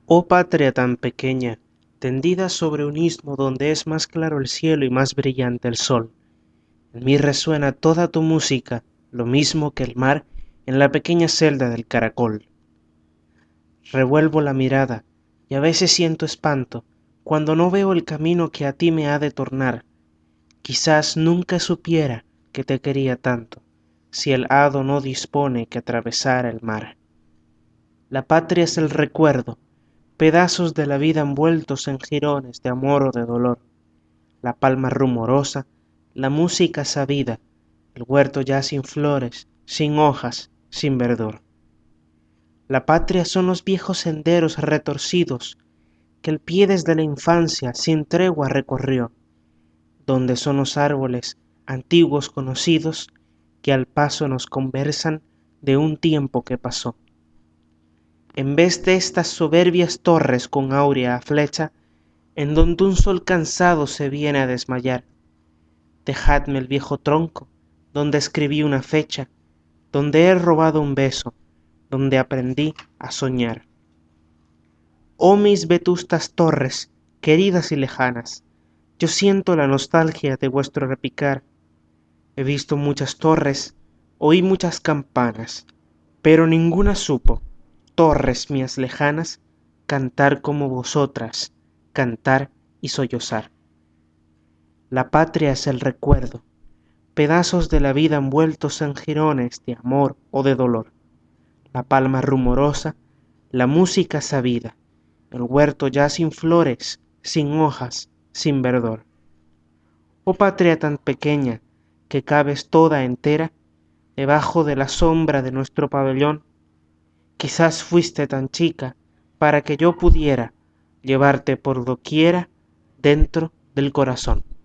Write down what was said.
Oh patria tan pequeña, tendida sobre un istmo donde es más claro el cielo y más brillante el sol, en mí resuena toda tu música, lo mismo que el mar en la pequeña celda del caracol. Revuelvo la mirada y a veces siento espanto cuando no veo el camino que a ti me ha de tornar. Quizás nunca supiera que te quería tanto, si el hado no dispone que atravesara el mar. La patria es el recuerdo, pedazos de la vida envueltos en jirones de amor o de dolor, la palma rumorosa, la música sabida, el huerto ya sin flores, sin hojas, sin verdor. La patria son los viejos senderos retorcidos que el pie desde la infancia sin tregua recorrió, donde son los árboles antiguos conocidos que al paso nos conversan de un tiempo que pasó. En vez de estas soberbias torres con áurea flecha, en donde un sol cansado se viene a desmayar, dejadme el viejo tronco, donde escribí una fecha, donde he robado un beso, donde aprendí a soñar. Oh mis vetustas torres, queridas y lejanas, yo siento la nostalgia de vuestro repicar. He visto muchas torres, oí muchas campanas, pero ninguna supo, torres mías lejanas, cantar como vosotras, cantar y sollozar. La patria es el recuerdo, pedazos de la vida envueltos en jirones de amor o de dolor, la palma rumorosa, la música sabida, el huerto ya sin flores, sin hojas, sin verdor. Oh patria tan pequeña, que cabes toda entera debajo de la sombra de nuestro pabellón, quizás fuiste tan chica para que yo pudiera llevarte por doquiera dentro del corazón.